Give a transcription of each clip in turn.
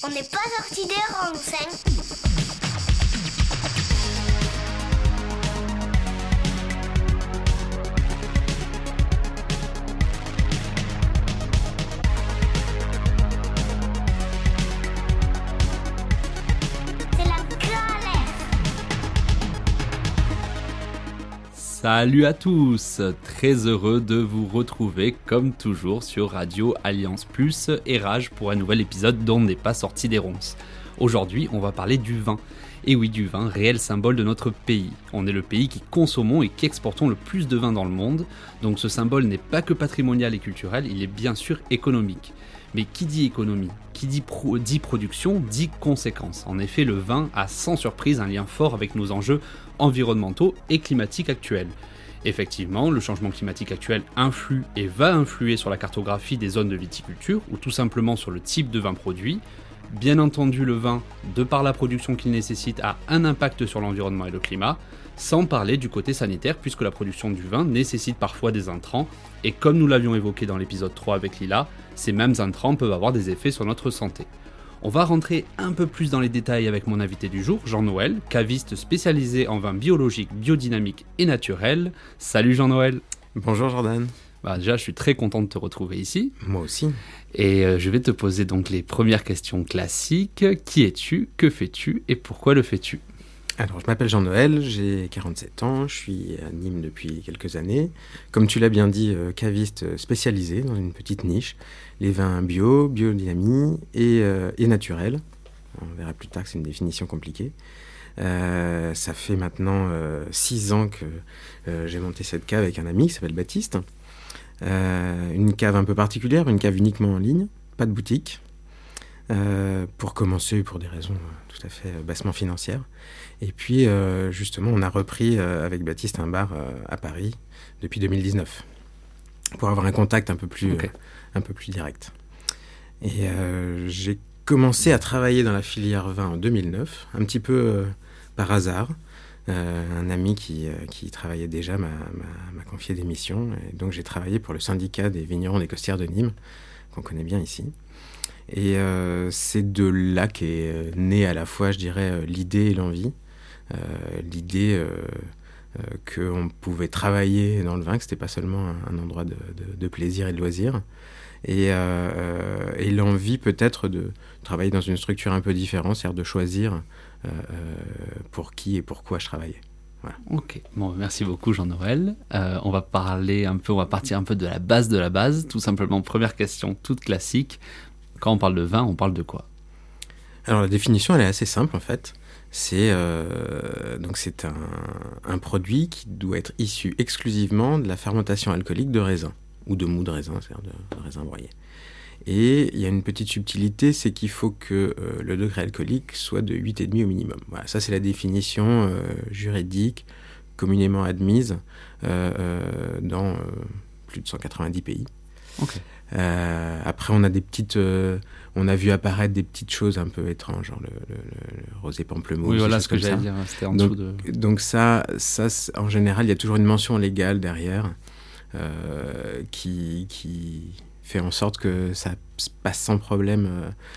On n'est pas sorti des rangs, hein. Salut à tous, très heureux de vous retrouver comme toujours sur Radio Alliance Plus et Rage pour un nouvel épisode dont on n'est pas sorti des ronces. Aujourd'hui on va parler du vin, et oui du vin, réel symbole de notre pays. On est le pays qui consommons et qui exportons le plus de vin dans le monde, donc ce symbole n'est pas que patrimonial et culturel, il est bien sûr économique. Mais qui dit économie, qui dit production, dit conséquence. En effet, le vin a sans surprise un lien fort avec nos enjeux environnementaux et climatiques actuels. Effectivement, le changement climatique actuel influe et va influer sur la cartographie des zones de viticulture ou tout simplement sur le type de vin produit. Bien entendu, le vin, de par la production qu'il nécessite, a un impact sur l'environnement et le climat, sans parler du côté sanitaire puisque la production du vin nécessite parfois des intrants et comme nous l'avions évoqué dans l'épisode 3 avec Lila, ces mêmes intrants peuvent avoir des effets sur notre santé. On va rentrer un peu plus dans les détails avec mon invité du jour, Jean-Noël, caviste spécialisé en vin biologique, biodynamique et naturel. Salut Jean-Noël. Bonjour Jordan. Déjà, je suis très content de te retrouver ici. Moi aussi. Et je vais te poser donc les premières questions classiques. Qui es-tu ? Que fais-tu ? Et pourquoi le fais-tu ? Alors, je m'appelle Jean-Noël, j'ai 47 ans, je suis à Nîmes depuis quelques années. Comme tu l'as bien dit, caviste spécialisé dans une petite niche, les vins bio, biodynamie et naturels. On verra plus tard que c'est une définition compliquée. Ça fait maintenant 6 ans que j'ai monté cette cave avec un ami qui s'appelle Baptiste. Une cave un peu particulière, une cave uniquement en ligne, pas de boutique. Pour commencer, pour des raisons tout à fait bassement financières. Et puis, justement, on a repris avec Baptiste un bar à Paris depuis 2019 pour avoir un contact un peu plus direct. Et j'ai commencé à travailler dans la filière vin en 2009, un petit peu par hasard. Un ami qui travaillait déjà m'a confié des missions. Et donc, j'ai travaillé pour le syndicat des vignerons des Costières de Nîmes, qu'on connaît bien ici. Et c'est de là qu'est née à la fois, je dirais, l'idée et l'envie. L'idée qu'on pouvait travailler dans le vin, que c'était pas seulement un endroit de plaisir et de loisir. Et l'envie peut-être de travailler dans une structure un peu différente, c'est-à-dire de choisir pour qui et pourquoi je travaillais. Voilà. Ok, bon, merci beaucoup Jean-Noël. On va partir un peu de la base, tout simplement. Première question toute classique. Quand on parle de vin, on parle de quoi ? Alors la définition, elle est assez simple en fait. C'est un produit qui doit être issu exclusivement de la fermentation alcoolique de raisin, ou de mou de raisin, c'est-à-dire de raisin broyé. Et il y a une petite subtilité, c'est qu'il faut que le degré alcoolique soit de 8,5 au minimum. Voilà, ça c'est la définition juridique, communément admise dans plus de 190 pays. Ok. Après, on a vu apparaître des petites choses un peu étranges, genre le rosé pamplemousse. Oui, voilà ce que j'allais dire. C'était en dessous de. Donc ça, en général, il y a toujours une mention légale derrière qui fait en sorte que ça passe sans problème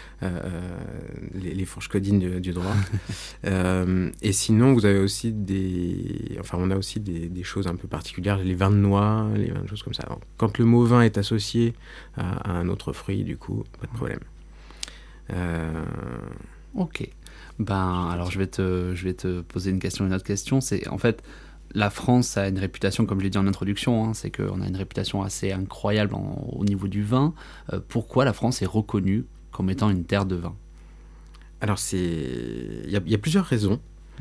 les fourches codines du droit. Et sinon, vous avez aussi on a aussi des choses un peu particulières, les vins de noix, les vins de choses comme ça. Alors, quand le mot vin est associé à un autre fruit, du coup, pas de problème. Ok. Alors je vais te poser une autre question. C'est en fait. La France a une réputation, comme je l'ai dit en introduction, c'est qu'on a une réputation assez incroyable au niveau du vin. Pourquoi la France est reconnue comme étant une terre de vin ? Alors, il y a plusieurs raisons.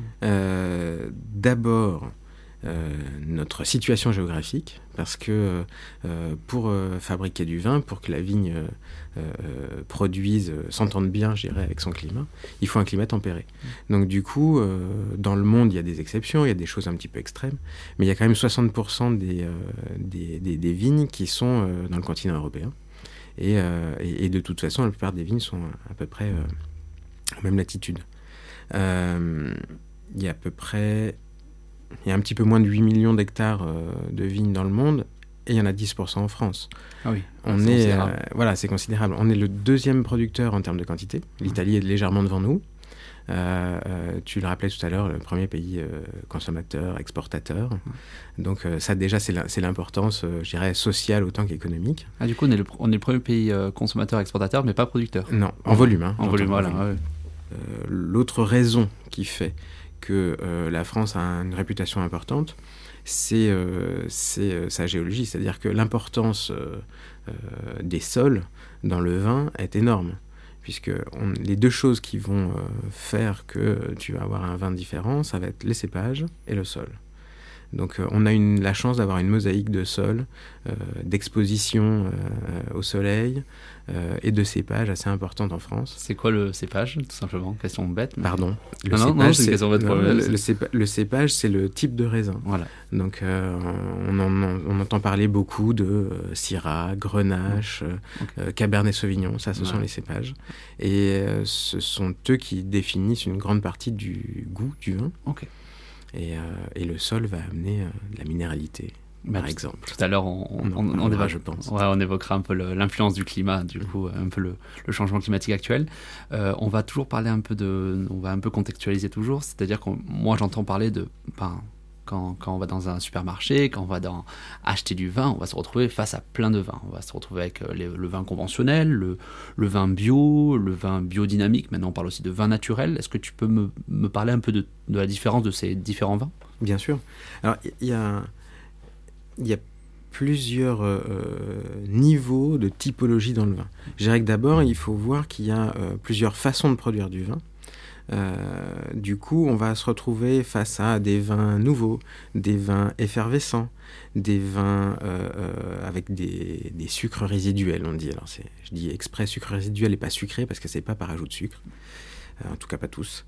D'abord, notre situation géographique, parce que pour fabriquer du vin, pour que la vigne s'entende bien, je dirais, avec son climat, il faut un climat tempéré. Donc du coup, dans le monde, il y a des exceptions, il y a des choses un petit peu extrêmes, mais il y a quand même 60% des vignes qui sont dans le continent européen. Et de toute façon, la plupart des vignes sont à peu près en même latitude. Il y a un petit peu moins de 8 millions d'hectares de vignes dans le monde, et il y en a 10% en France. Ah oui, c'est considérable. On est le deuxième producteur en termes de quantité. L'Italie est légèrement devant nous. Tu le rappelais tout à l'heure, le premier pays consommateur, exportateur. Donc ça déjà, c'est l'importance, je dirais, sociale autant qu'économique. Ah, du coup, on est le premier pays consommateur-exportateur, mais pas producteur. Non, en volume. En volume, voilà. Ouais. L'autre raison qui fait que la France a une réputation importante, c'est sa géologie. C'est-à-dire que l'importance des sols dans le vin est énorme. Puisque les deux choses qui vont faire que tu vas avoir un vin différent, ça va être les cépages et le sol. Donc on a la chance d'avoir une mosaïque de sol, d'exposition au soleil et de cépages assez importante en France. C'est quoi le cépage, tout simplement? Question bête. Mais... Pardon. Non, c'est une question bête. Le cépage, c'est le type de raisin. Voilà. Donc on entend parler beaucoup de Syrah, Grenache, Cabernet Sauvignon. Ça, ce sont les cépages. Et ce sont eux qui définissent une grande partie du goût du vin. Ok. Et le sol va amener de la minéralité, par exemple. Tout à l'heure, je pense. Ouais, on évoquera un peu l'influence du climat, du coup, un peu le changement climatique actuel. On va toujours parler on va un peu contextualiser toujours, c'est-à-dire que moi, j'entends parler de... Quand on va dans un supermarché, quand on va acheter du vin, on va se retrouver face à plein de vins. On va se retrouver avec le vin conventionnel, le vin bio, le vin biodynamique. Maintenant, on parle aussi de vin naturel. Est-ce que tu peux me parler un peu de la différence de ces différents vins? Bien sûr. Alors, il y a plusieurs niveaux de typologie dans le vin. Je dirais que d'abord, il faut voir qu'il y a plusieurs façons de produire du vin. Du coup, on va se retrouver face à des vins nouveaux, des vins effervescents, des vins avec des sucres résiduels, on dit. Alors, je dis exprès sucre résiduel et pas sucré parce que c'est pas par ajout de sucre. En tout cas, pas tous.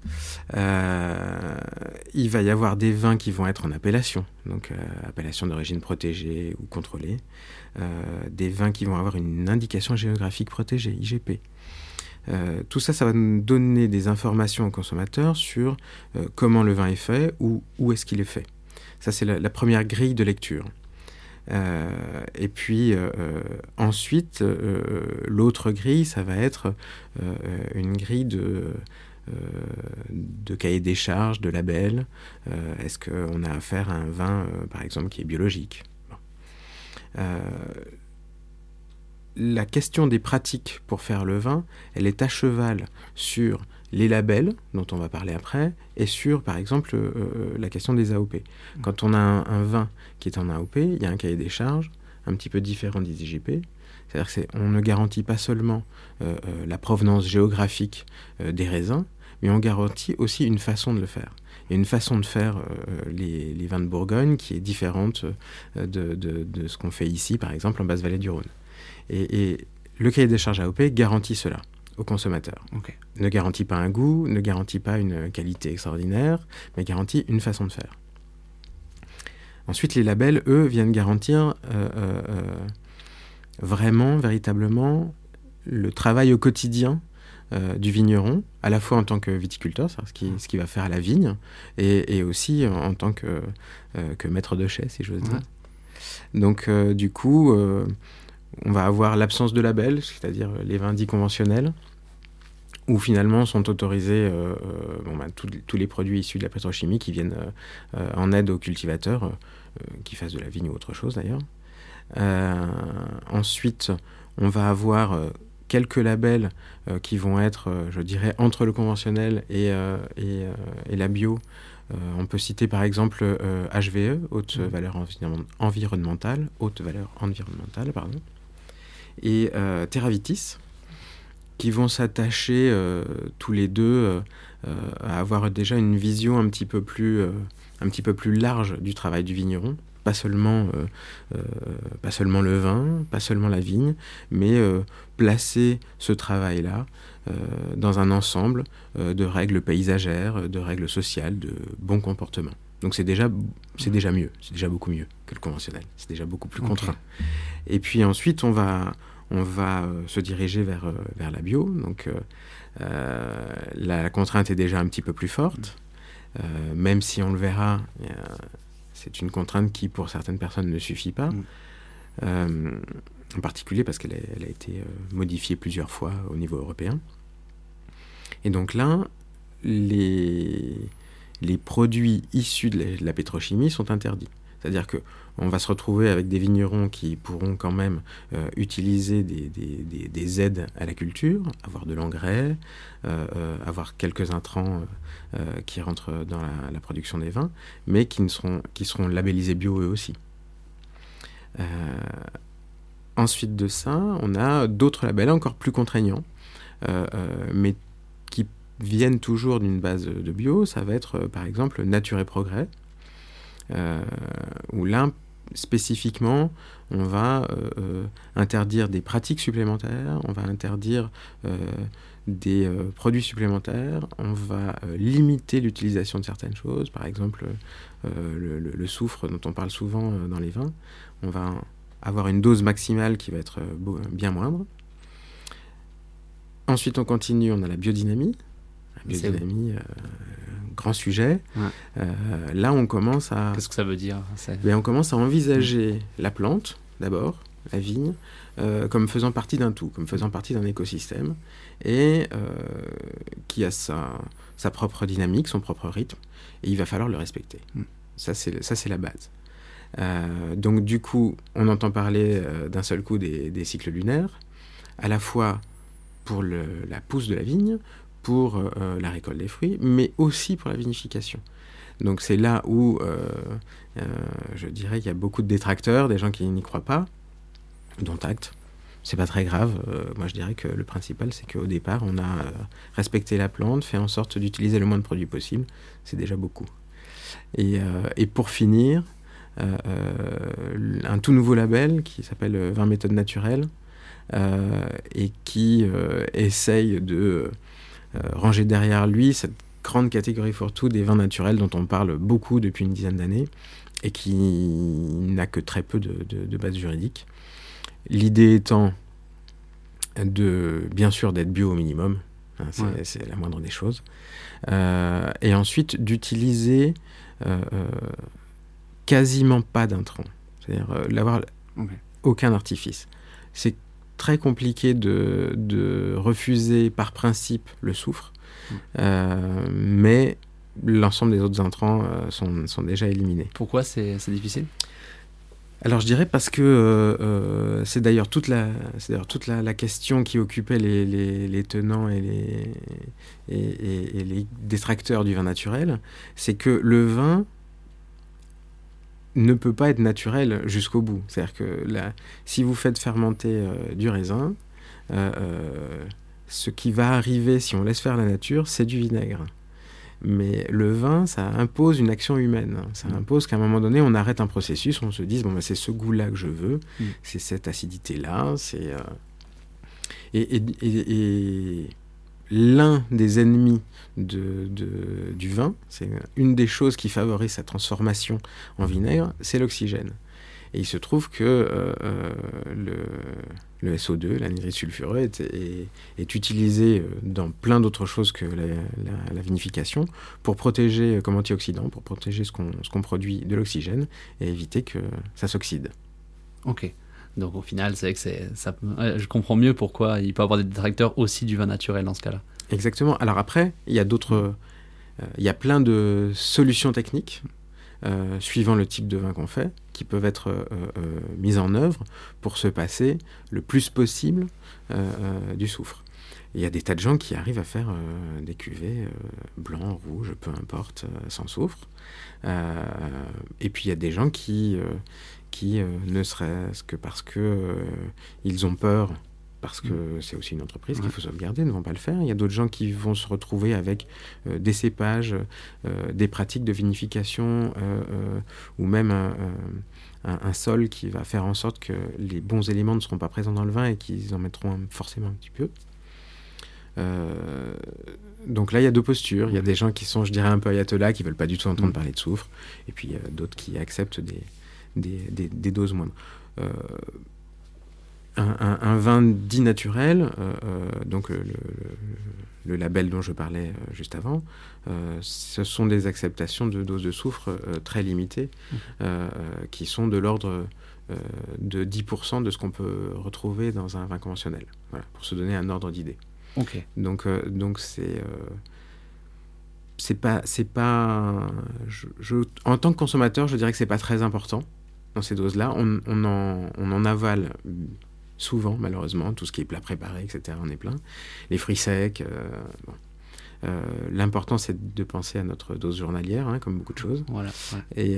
Il va y avoir des vins qui vont être en appellation, donc appellation d'origine protégée ou contrôlée. Des vins qui vont avoir une indication géographique protégée, IGP. Tout ça, ça va nous donner des informations aux consommateurs sur comment le vin est fait ou où est-ce qu'il est fait. Ça, c'est la première grille de lecture. Et puis ensuite, l'autre grille, ça va être une grille de cahier des charges, de labels. Est-ce qu'on a affaire à un vin, par exemple, qui est biologique? La question des pratiques pour faire le vin, elle est à cheval sur les labels, dont on va parler après, et sur, par exemple, la question des AOP. Quand on a un vin qui est en AOP, il y a un cahier des charges un petit peu différent des IGP. C'est-à-dire qu'on ne garantit pas seulement la provenance géographique des raisins, mais on garantit aussi une façon de le faire. Il y a une façon de faire les vins de Bourgogne qui est différente de ce qu'on fait ici, par exemple, en Basse-Vallée du Rhône. Et le cahier des charges AOP garantit cela aux consommateurs. Okay. Ne garantit pas un goût, ne garantit pas une qualité extraordinaire, mais garantit une façon de faire. Ensuite, les labels, eux, viennent garantir vraiment, véritablement, le travail au quotidien du vigneron, à la fois en tant que viticulteur, c'est-à-dire ce qu'il va faire à la vigne, et aussi en tant que maître de chai, si j'ose dire. Donc, du coup... on va avoir l'absence de label, c'est-à-dire les vins dits conventionnels, où finalement sont autorisés tous les produits issus de la pétrochimie qui viennent en aide aux cultivateurs, qui fassent de la vigne ou autre chose d'ailleurs. Ensuite, on va avoir quelques labels qui vont être, je dirais, entre le conventionnel et la bio. On peut citer par exemple HVE, haute valeur environnementale, et Terravitis, qui vont s'attacher tous les deux à avoir déjà une vision un petit peu plus large du travail du vigneron. Pas seulement le vin, pas seulement la vigne, mais placer ce travail-là dans un ensemble de règles paysagères, de règles sociales, de bons comportements. Donc c'est déjà mieux, c'est déjà beaucoup mieux que le conventionnel, c'est déjà beaucoup plus contraint. Et puis ensuite on va se diriger vers la bio, donc la contrainte est déjà un petit peu plus forte, même si on le verra, c'est une contrainte qui pour certaines personnes ne suffit pas. en particulier parce qu'elle a été modifiée plusieurs fois au niveau européen. Et donc là, les produits issus de la pétrochimie sont interdits. C'est-à-dire qu'on va se retrouver avec des vignerons qui pourront quand même utiliser des aides à la culture, avoir de l'engrais, avoir quelques intrants qui rentrent dans la production des vins, mais qui seront labellisés bio eux aussi. Ensuite de ça, on a d'autres labels encore plus contraignants, mais qui viennent toujours d'une base de bio. Ça va être par exemple Nature et Progrès, où là, spécifiquement, on va interdire des pratiques supplémentaires, on va interdire des produits supplémentaires, on va limiter l'utilisation de certaines choses, par exemple le soufre dont on parle souvent dans les vins, on va avoir une dose maximale qui va être bien moindre. Ensuite, on continue, on a la biodynamie. La biodynamie, grand sujet. Ouais. Là, on commence à... Qu'est-ce que ça veut dire ? On commence à envisager la plante, d'abord, la vigne, comme faisant partie d'un tout, comme faisant partie d'un écosystème, et qui a sa propre dynamique, son propre rythme, et il va falloir le respecter. Ça, c'est la base. Donc, du coup, on entend parler d'un seul coup des cycles lunaires, à la fois pour la pousse de la vigne, pour la récolte des fruits, mais aussi pour la vinification. Donc c'est là où, je dirais, il y a beaucoup de détracteurs, des gens qui n'y croient pas, dont acte. C'est pas très grave. Moi, je dirais que le principal, c'est qu'au départ, on a respecté la plante, fait en sorte d'utiliser le moins de produits possible. C'est déjà beaucoup. Et pour finir, un tout nouveau label qui s'appelle Vin Méthode Naturelle et qui essaye de ranger derrière lui cette grande catégorie fourre-tout des vins naturels dont on parle beaucoup depuis une dizaine d'années et qui n'a que très peu de base juridique. L'idée étant bien sûr d'être bio au minimum, hein, c'est la moindre des choses, et ensuite d'utiliser quasiment pas d'intrants, c'est-à-dire aucun artifice. C'est très compliqué de refuser par principe le soufre, mais l'ensemble des autres intrants sont déjà éliminés. Pourquoi c'est difficile ? Alors je dirais parce que c'est d'ailleurs toute la question qui occupait les tenants et les détracteurs du vin naturel, c'est que le vin ne peut pas être naturel jusqu'au bout. C'est-à-dire que si vous faites fermenter du raisin, ce qui va arriver si on laisse faire la nature, c'est du vinaigre. Mais le vin, ça impose une action humaine. Ça impose qu'à un moment donné, on arrête un processus, on se dise, c'est ce goût-là que je veux, c'est cette acidité-là, c'est... Et l'un des ennemis du vin, c'est une des choses qui favorise sa transformation en vinaigre, c'est l'oxygène. Et il se trouve que le SO2, l'anhydride sulfureux, est utilisé dans plein d'autres choses que la vinification pour protéger comme antioxydant, pour protéger ce qu'on produit de l'oxygène et éviter que ça s'oxyde. Ok. Donc au final, c'est vrai que je comprends mieux pourquoi il peut y avoir des détracteurs aussi du vin naturel dans ce cas-là. Exactement. Alors après, il y a plein de solutions techniques suivant le type de vin qu'on fait, qui peuvent être mises en œuvre pour se passer le plus possible du soufre. Il y a des tas de gens qui arrivent à faire des cuvées blancs, rouges, peu importe, sans soufre. Et puis il y a des gens qui ne serait-ce que parce que ils ont peur, parce que c'est aussi une entreprise qu'il faut sauvegarder, ne vont pas le faire. Il y a d'autres gens qui vont se retrouver avec des cépages, des pratiques de vinification ou même un sol qui va faire en sorte que les bons éléments ne seront pas présents dans le vin et qu'ils en mettront forcément un petit peu. Donc là, il y a deux postures. Il y a des gens qui sont, je dirais, un peu ayatollahs, qui ne veulent pas du tout entendre parler de soufre, et puis d'autres qui acceptent des doses moindres. Un vin dit naturel, donc le label dont je parlais juste avant, ce sont des acceptations de doses de soufre très limitées, qui sont de l'ordre de 10% de ce qu'on peut retrouver dans un vin conventionnel. Voilà, pour se donner un ordre d'idée. Ok. Donc c'est pas en tant que consommateur, je dirais que c'est pas très important dans ces doses-là. On en avale souvent, malheureusement, tout ce qui est plat préparé, etc. On est plein. Les fruits secs. L'important, c'est de penser à notre dose journalière, hein, comme beaucoup de choses. Voilà. Et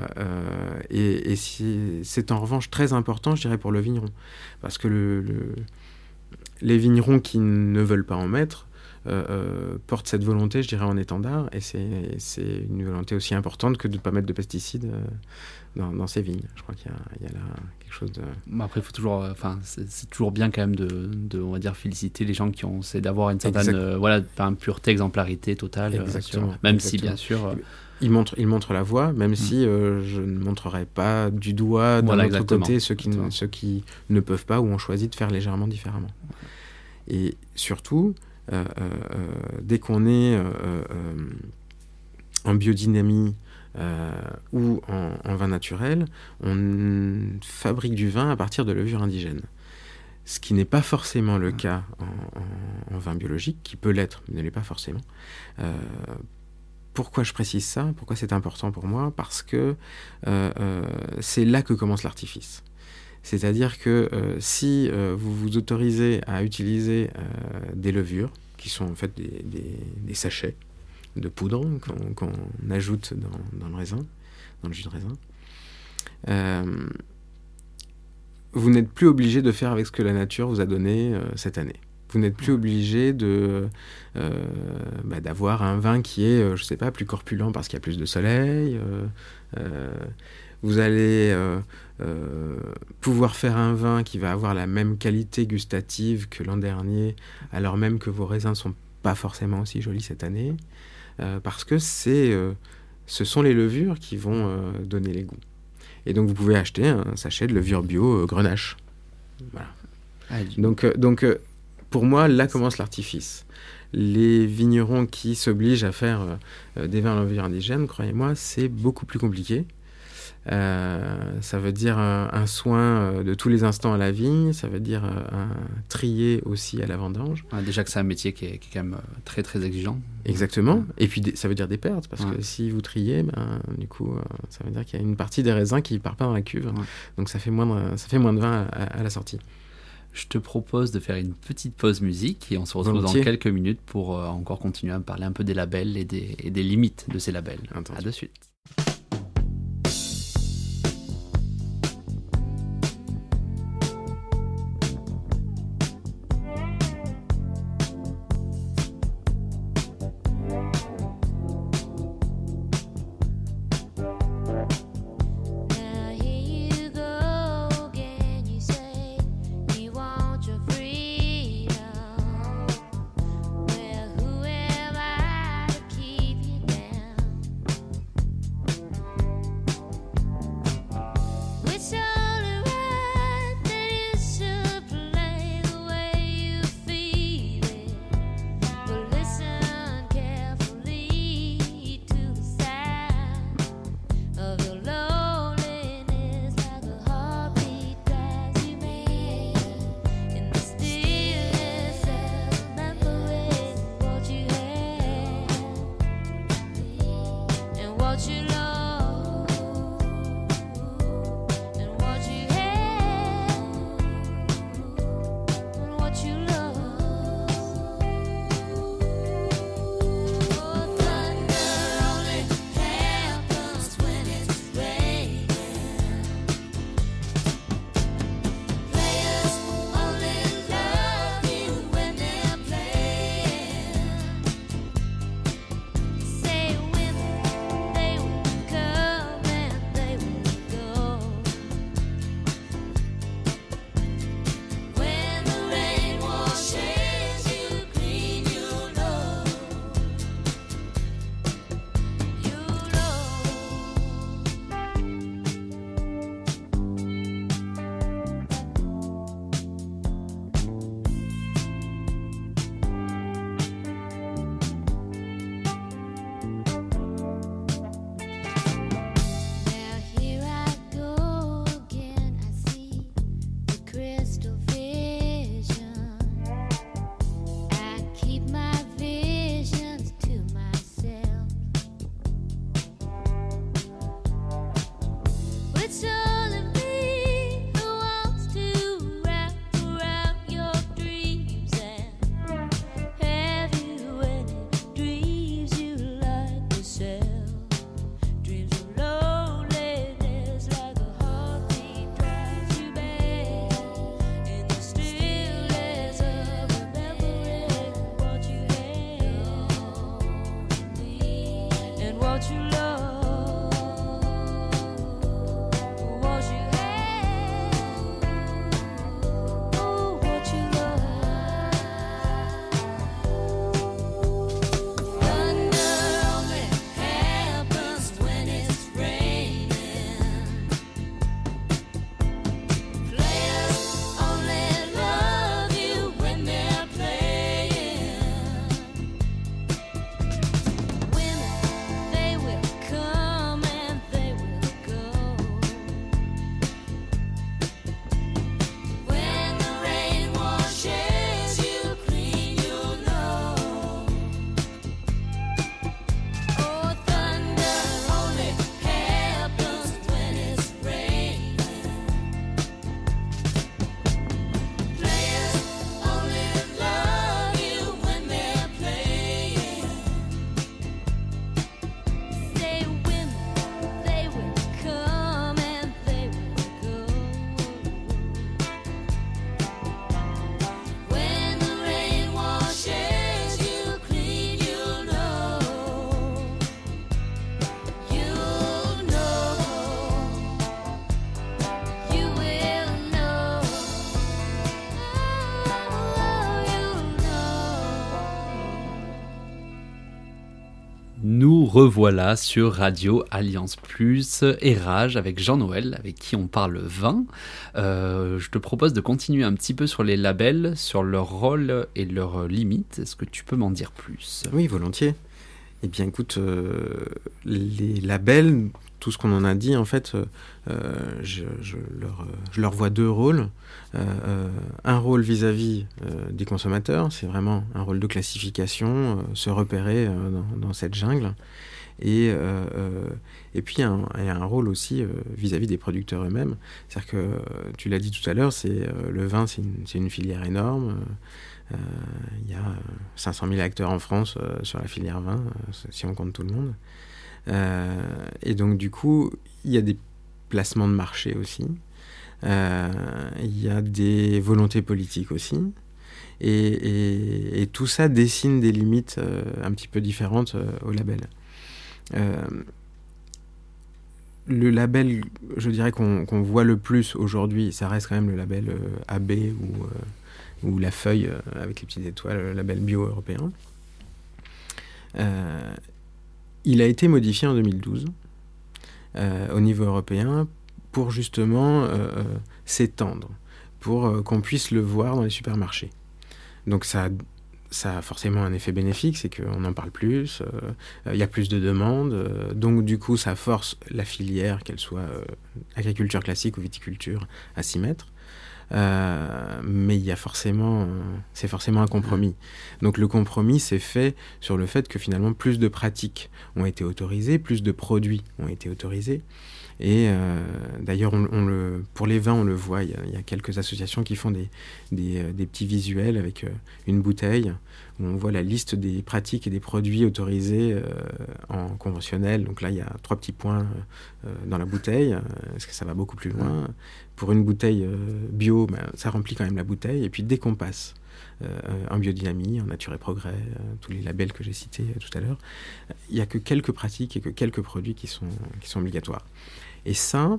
c'est en revanche très important, je dirais, pour le vigneron. Parce que les vignerons qui ne veulent pas en mettre portent cette volonté, je dirais, en étendard. Et c'est une volonté aussi importante que de ne pas mettre de pesticides dans ces vignes. Je crois qu'il y a là quelque chose de... Après, il faut toujours, c'est toujours bien quand même de, on va dire, féliciter les gens qui ont essayé d'avoir une certaine pureté, exemplarité totale. Même si, bien sûr... Ils montrent la voie, même si je ne montrerai pas du doigt d'un autre côté ceux qui ne peuvent pas ou ont choisi de faire légèrement différemment. Et surtout, dès qu'on est en biodynamie ou en vin naturel, on fabrique du vin à partir de levures indigènes. Ce qui n'est pas forcément le cas en vin biologique, qui peut l'être, mais ne l'est pas forcément. Pourquoi je précise ça ? Pourquoi c'est important pour moi ? Parce que c'est là que commence l'artifice. C'est-à-dire que si vous vous autorisez à utiliser des levures, qui sont en fait des sachets de poudre qu'on ajoute dans le raisin, dans le jus de raisin, vous n'êtes plus obligé de faire avec ce que la nature vous a donné cette année. Vous n'êtes plus obligé d'avoir un vin qui est, je sais pas, plus corpulent parce qu'il y a plus de soleil. Vous allez pouvoir faire un vin qui va avoir la même qualité gustative que l'an dernier, alors même que vos raisins sont pas forcément aussi jolis cette année, parce que ce sont les levures qui vont donner les goûts. Et donc vous pouvez acheter un sachet de levure bio Grenache. Voilà. Donc pour moi, là commence l'artifice. Les vignerons qui s'obligent à faire des vins à levure indigène, croyez-moi, c'est beaucoup plus compliqué. Ça veut dire un soin de tous les instants à la vigne, ça veut dire un trier aussi à la vendange. Déjà que c'est un métier qui est quand même très très exigeant. Exactement. Et puis ça veut dire des pertes, parce que si vous triez, du coup, ça veut dire qu'il y a une partie des raisins qui ne part pas dans la cuve. Donc ça fait moins de vin à la sortie. Je te propose de faire une petite pause musique et on se retrouve dans quelques minutes pour encore continuer à parler un peu des labels et des limites de ces labels. À de suite. Nous revoilà sur Radio Alliance Plus et Rage avec Jean-Noël, avec qui on parle vin. Je te propose de continuer un petit peu sur les labels, sur leur rôle et leurs limites. Est-ce que tu peux m'en dire plus ? Oui, volontiers. Eh bien, écoute, les labels, tout ce qu'on en a dit, en fait, je leur vois deux rôles. Un rôle vis-à-vis des consommateurs, c'est vraiment un rôle de classification, se repérer dans cette jungle. Et puis, il y a un rôle aussi vis-à-vis des producteurs eux-mêmes. C'est-à-dire que, tu l'as dit tout à l'heure, le vin, c'est une filière énorme. Il y a 500 000 acteurs en France sur la filière vin, si on compte tout le monde. Et donc, du coup, il y a des placements de marché aussi. Il y a des volontés politiques aussi. Et tout ça dessine des limites un petit peu différentes au label. Le label, je dirais qu'on voit le plus aujourd'hui, ça reste quand même le label AB ou la feuille avec les petites étoiles, le label bio européen. Il a été modifié en 2012 au niveau européen pour justement s'étendre, pour qu'on puisse le voir dans les supermarchés. Donc ça a forcément un effet bénéfique, c'est qu'on en parle plus, il y a plus de demandes, donc du coup ça force la filière, qu'elle soit agriculture classique ou viticulture, à s'y mettre. Mais c'est forcément un compromis. Donc le compromis s'est fait sur le fait que finalement plus de pratiques ont été autorisées, plus de produits ont été autorisés. Et d'ailleurs, pour les vins, on le voit, il y a quelques associations qui font des petits visuels avec une bouteille où on voit la liste des pratiques et des produits autorisés en conventionnel. Donc là, il y a 3 petits points dans la bouteille, parce que ça va beaucoup plus loin. Pour une bouteille bio, ça remplit quand même la bouteille. Et puis dès qu'on passe en biodynamie, en nature et progrès, tous les labels que j'ai cités tout à l'heure, il n'y a que quelques pratiques et que quelques produits qui sont obligatoires. Et ça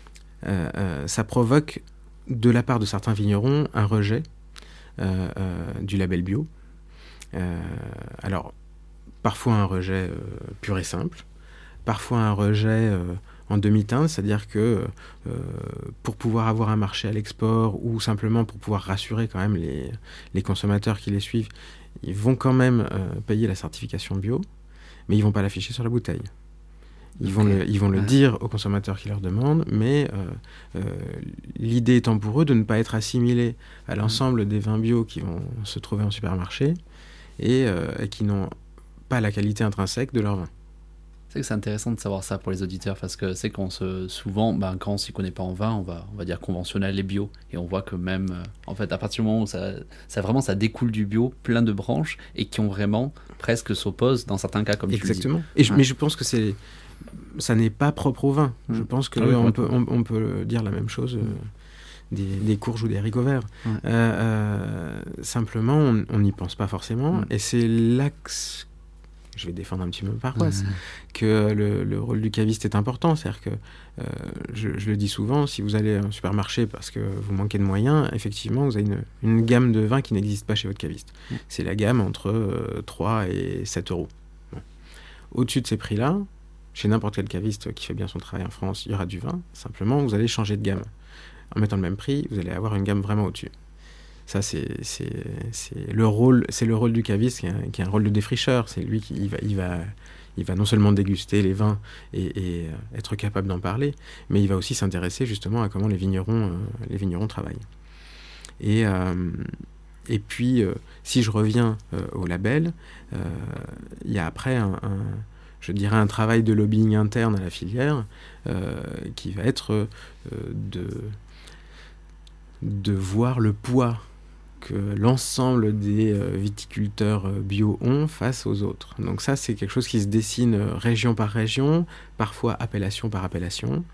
provoque de la part de certains vignerons un rejet du label bio. Alors, parfois un rejet pur et simple, parfois un rejet en demi-teinte, c'est-à-dire que pour pouvoir avoir un marché à l'export ou simplement pour pouvoir rassurer quand même les consommateurs qui les suivent, ils vont quand même payer la certification bio, mais ils ne vont pas l'afficher sur la bouteille. Ils vont le dire aux consommateurs qui leur demandent, mais l'idée étant pour eux de ne pas être assimilés à l'ensemble des vins bio qui vont se trouver en supermarché et qui n'ont pas la qualité intrinsèque de leur vin. C'est que c'est intéressant de savoir ça pour les auditeurs, parce que c'est souvent, quand on s'y connaît pas en vin, on va dire conventionnel et bio, et on voit que même, en fait, à partir du moment où ça découle du bio, plein de branches, et qui ont vraiment presque s'opposent dans certains cas, comme tu le dis. Exactement. Mais je pense que ça n'est pas propre au vin. Je pense qu'on peut dire la même chose des courges ou des haricots verts. Simplement, on n'y pense pas forcément, et c'est là que je vais défendre un petit peu ma paroisse, que le rôle du caviste est important. C'est-à-dire que, je le dis souvent, si vous allez à un supermarché parce que vous manquez de moyens, effectivement, vous avez une gamme de vins qui n'existe pas chez votre caviste. C'est la gamme entre 3 et 7 euros. Bon. Au-dessus de ces prix-là, chez n'importe quel caviste qui fait bien son travail en France, il y aura du vin. Simplement, vous allez changer de gamme. En mettant le même prix, vous allez avoir une gamme vraiment au-dessus. Ça, c'est le rôle du caviste qui est un rôle de défricheur. C'est lui qui va non seulement déguster les vins et être capable d'en parler, mais il va aussi s'intéresser justement à comment les vignerons travaillent. Et puis, si je reviens au label, il y a après je dirais un travail de lobbying interne à la filière qui va être de voir le poids que l'ensemble des viticulteurs bio ont face aux autres. Donc ça, c'est quelque chose qui se dessine région par région, parfois appellation par appellation.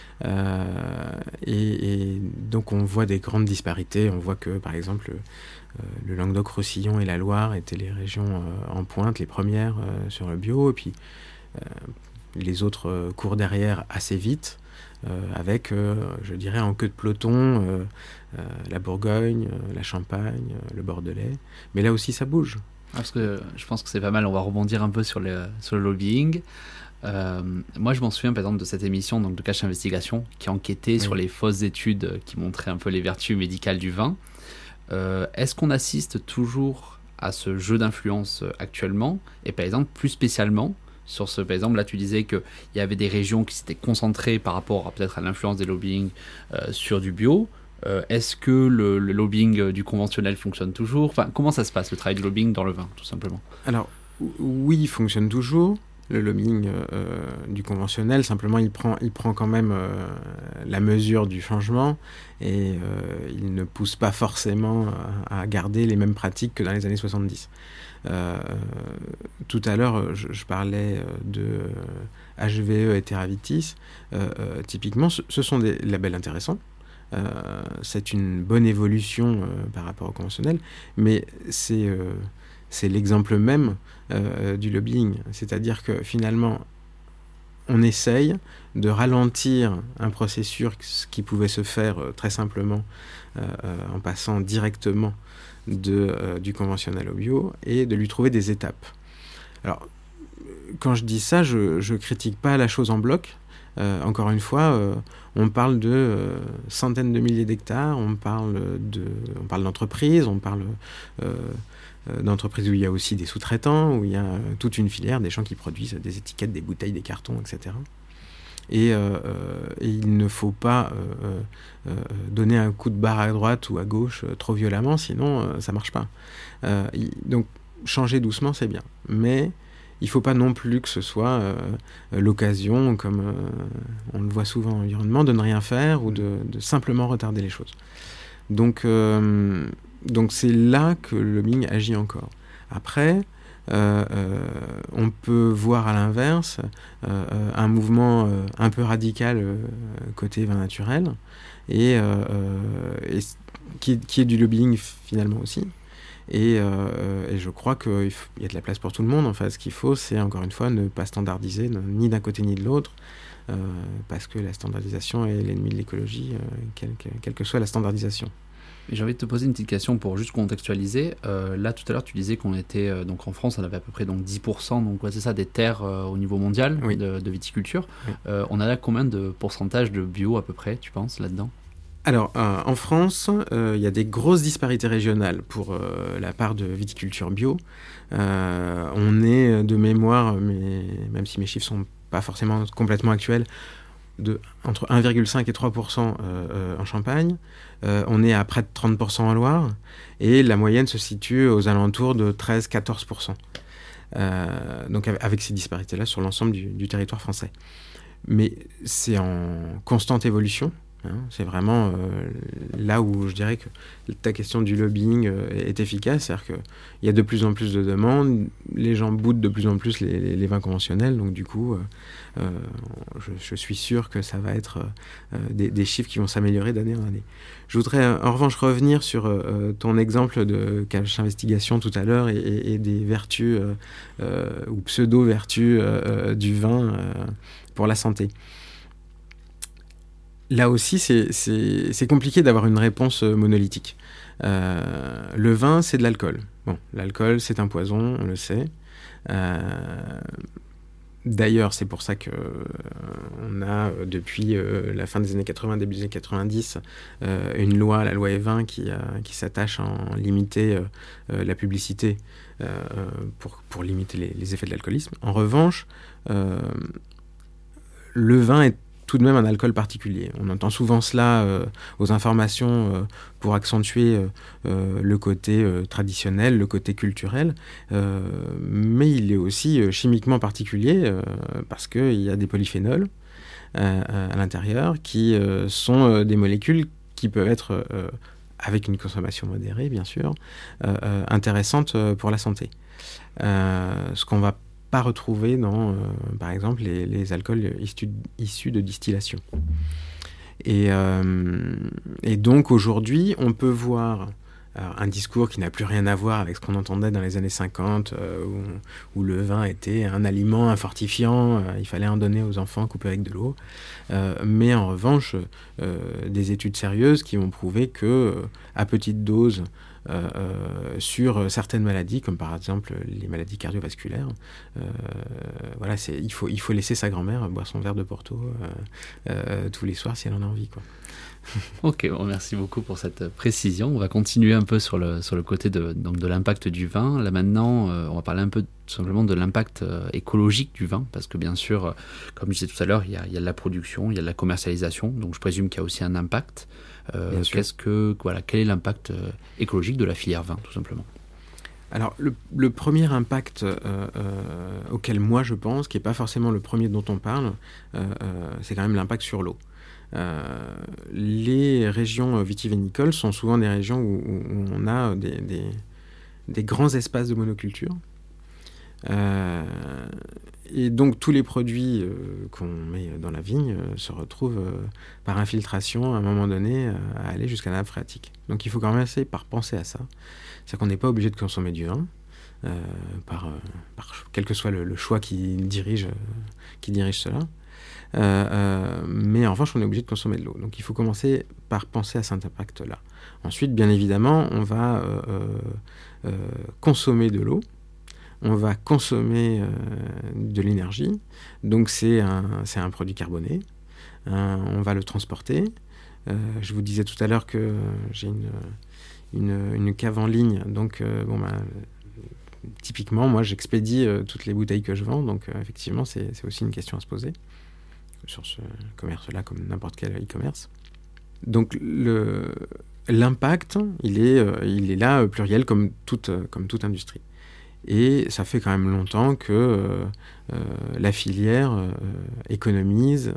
Et donc on voit des grandes disparités. On voit que, par exemple, le Languedoc-Roussillon et la Loire étaient les régions en pointe, les premières sur le bio, et puis les autres courent derrière assez vite, avec, je dirais, en queue de peloton, la Bourgogne, la Champagne, le Bordelais. Mais là aussi, ça bouge. Parce que je pense que c'est pas mal, on va rebondir un peu sur le lobbying. Moi, je m'en souviens par exemple de cette émission donc, de Cache Investigation qui enquêtait sur les fausses études qui montraient un peu les vertus médicales du vin. Est-ce qu'on assiste toujours à ce jeu d'influence actuellement? Et par exemple, plus spécialement, sur ce, par exemple, là tu disais qu'il y avait des régions qui s'étaient concentrées par rapport peut-être à l'influence des lobbying sur du bio. Est-ce que le lobbying du conventionnel fonctionne toujours? Enfin, comment ça se passe, le travail du lobbying dans le vin, tout simplement? Alors, oui, il fonctionne toujours. Le lobbying du conventionnel, simplement, il prend quand même la mesure du changement et il ne pousse pas forcément à garder les mêmes pratiques que dans les années 70. Tout à l'heure, je parlais de HVE et Terravitis. Typiquement, ce sont des labels intéressants. C'est une bonne évolution par rapport au conventionnel, mais c'est l'exemple même du lobbying. C'est-à-dire que finalement, on essaye de ralentir un processus qui pouvait se faire très simplement en passant directement du conventionnel au bio et de lui trouver des étapes. Alors, quand je dis ça, je critique pas la chose en bloc. Encore une fois, on parle de centaines de milliers d'hectares, on parle d'entreprises, on parle d'entreprises où il y a aussi des sous-traitants, où il y a toute une filière, des gens qui produisent des étiquettes, des bouteilles, des cartons, etc. Et il ne faut pas donner un coup de barre à droite ou à gauche trop violemment, sinon ça marche pas. Donc changer doucement, c'est bien. Mais il ne faut pas non plus que ce soit l'occasion, comme on le voit souvent en environnement, de ne rien faire ou de simplement retarder les choses. Donc c'est là que le lobbying agit encore. Après, on peut voir à l'inverse un mouvement un peu radical côté vin naturel et qui est du lobbying finalement aussi. Et je crois qu'il y a de la place pour tout le monde. Enfin, ce qu'il faut, c'est encore une fois ne pas standardiser ni d'un côté ni de l'autre, parce que la standardisation est l'ennemi de l'écologie, quelle que soit la standardisation. J'ai envie de te poser une petite question pour juste contextualiser. Là, tout à l'heure, tu disais qu'on était, donc en France, on avait à peu près donc 10%, donc ouais, c'est ça, des terres au niveau mondial de viticulture. Oui. On a là combien de pourcentage de bio à peu près, tu penses, là-dedans ? Alors, en France, il y a des grosses disparités régionales pour la part de viticulture bio. On est de mémoire, mais même si mes chiffres ne sont pas forcément complètement actuels, entre 1,5 et 3% en Champagne. On est à près de 30% en Loire. Et la moyenne se situe aux alentours de 13-14%. Donc avec ces disparités-là sur l'ensemble du territoire français. Mais c'est en constante évolution. C'est vraiment là où je dirais que ta question du lobbying est efficace, c'est-à-dire qu'il y a de plus en plus de demandes, les gens boudent de plus en plus les vins conventionnels, donc du coup, je suis sûr que ça va être des chiffres qui vont s'améliorer d'année en année. Je voudrais en revanche revenir sur ton exemple de Cache Investigation tout à l'heure et des vertus ou pseudo-vertus du vin pour la santé. Là aussi, c'est compliqué d'avoir une réponse monolithique. Le vin, c'est de l'alcool. Bon, l'alcool, c'est un poison, on le sait. D'ailleurs, c'est pour ça qu'on a, depuis la fin des années 80, début des années 90, une loi, la loi E20, qui s'attache à en limiter la publicité pour limiter les effets de l'alcoolisme. En revanche, le vin est tout de même un alcool particulier. On entend souvent cela aux informations pour accentuer le côté traditionnel, le côté culturel, mais il est aussi chimiquement particulier parce qu'il y a des polyphénols à l'intérieur qui sont des molécules qui peuvent être, avec une consommation modérée bien sûr, intéressantes pour la santé. Ce qu'on va pas retrouver dans, par exemple, les alcools issus de distillation. Et donc, aujourd'hui, on peut voir un discours qui n'a plus rien à voir avec ce qu'on entendait dans les années 50, où le vin était un aliment, un fortifiant, il fallait en donner aux enfants coupé avec de l'eau. Mais en revanche, des études sérieuses qui ont prouvé que, à petite dose, sur certaines maladies, comme par exemple les maladies cardiovasculaires. Voilà, il faut laisser sa grand-mère boire son verre de Porto tous les soirs si elle en a envie, quoi. Ok, bon, merci beaucoup pour cette précision. On va continuer un peu sur le côté de l'impact du vin. Là maintenant, on va parler un peu tout simplement de l'impact écologique du vin, parce que bien sûr, comme je disais tout à l'heure, il y a de la production, il y a de la commercialisation, donc je présume qu'il y a aussi un impact. Quel est l'impact écologique de la filière vin, tout simplement ? Alors, le premier impact auquel moi je pense, qui n'est pas forcément le premier dont on parle, c'est quand même l'impact sur l'eau. Les régions vitivinicoles sont souvent des régions où on a des grands espaces de monoculture. Et donc tous les produits qu'on met dans la vigne se retrouvent par infiltration à un moment donné à aller jusqu'à la nappe phréatique. Donc il faut quand même essayer par penser à ça. C'est-à-dire qu'on n'est pas obligé de consommer du vin, par quel que soit le choix qui dirige cela. Mais en revanche, on est obligé de consommer de l'eau. Donc il faut commencer par penser à cet impact-là. Ensuite, bien évidemment, on va consommer de l'eau, on va consommer de l'énergie, donc c'est un produit carboné, on va le transporter. Je vous disais tout à l'heure que j'ai une cave en ligne, donc typiquement, moi j'expédie toutes les bouteilles que je vends, donc effectivement c'est aussi une question à se poser sur ce commerce-là, comme n'importe quel e-commerce. Donc l'impact, il est là pluriel comme toute industrie. Et ça fait quand même longtemps que la filière économise,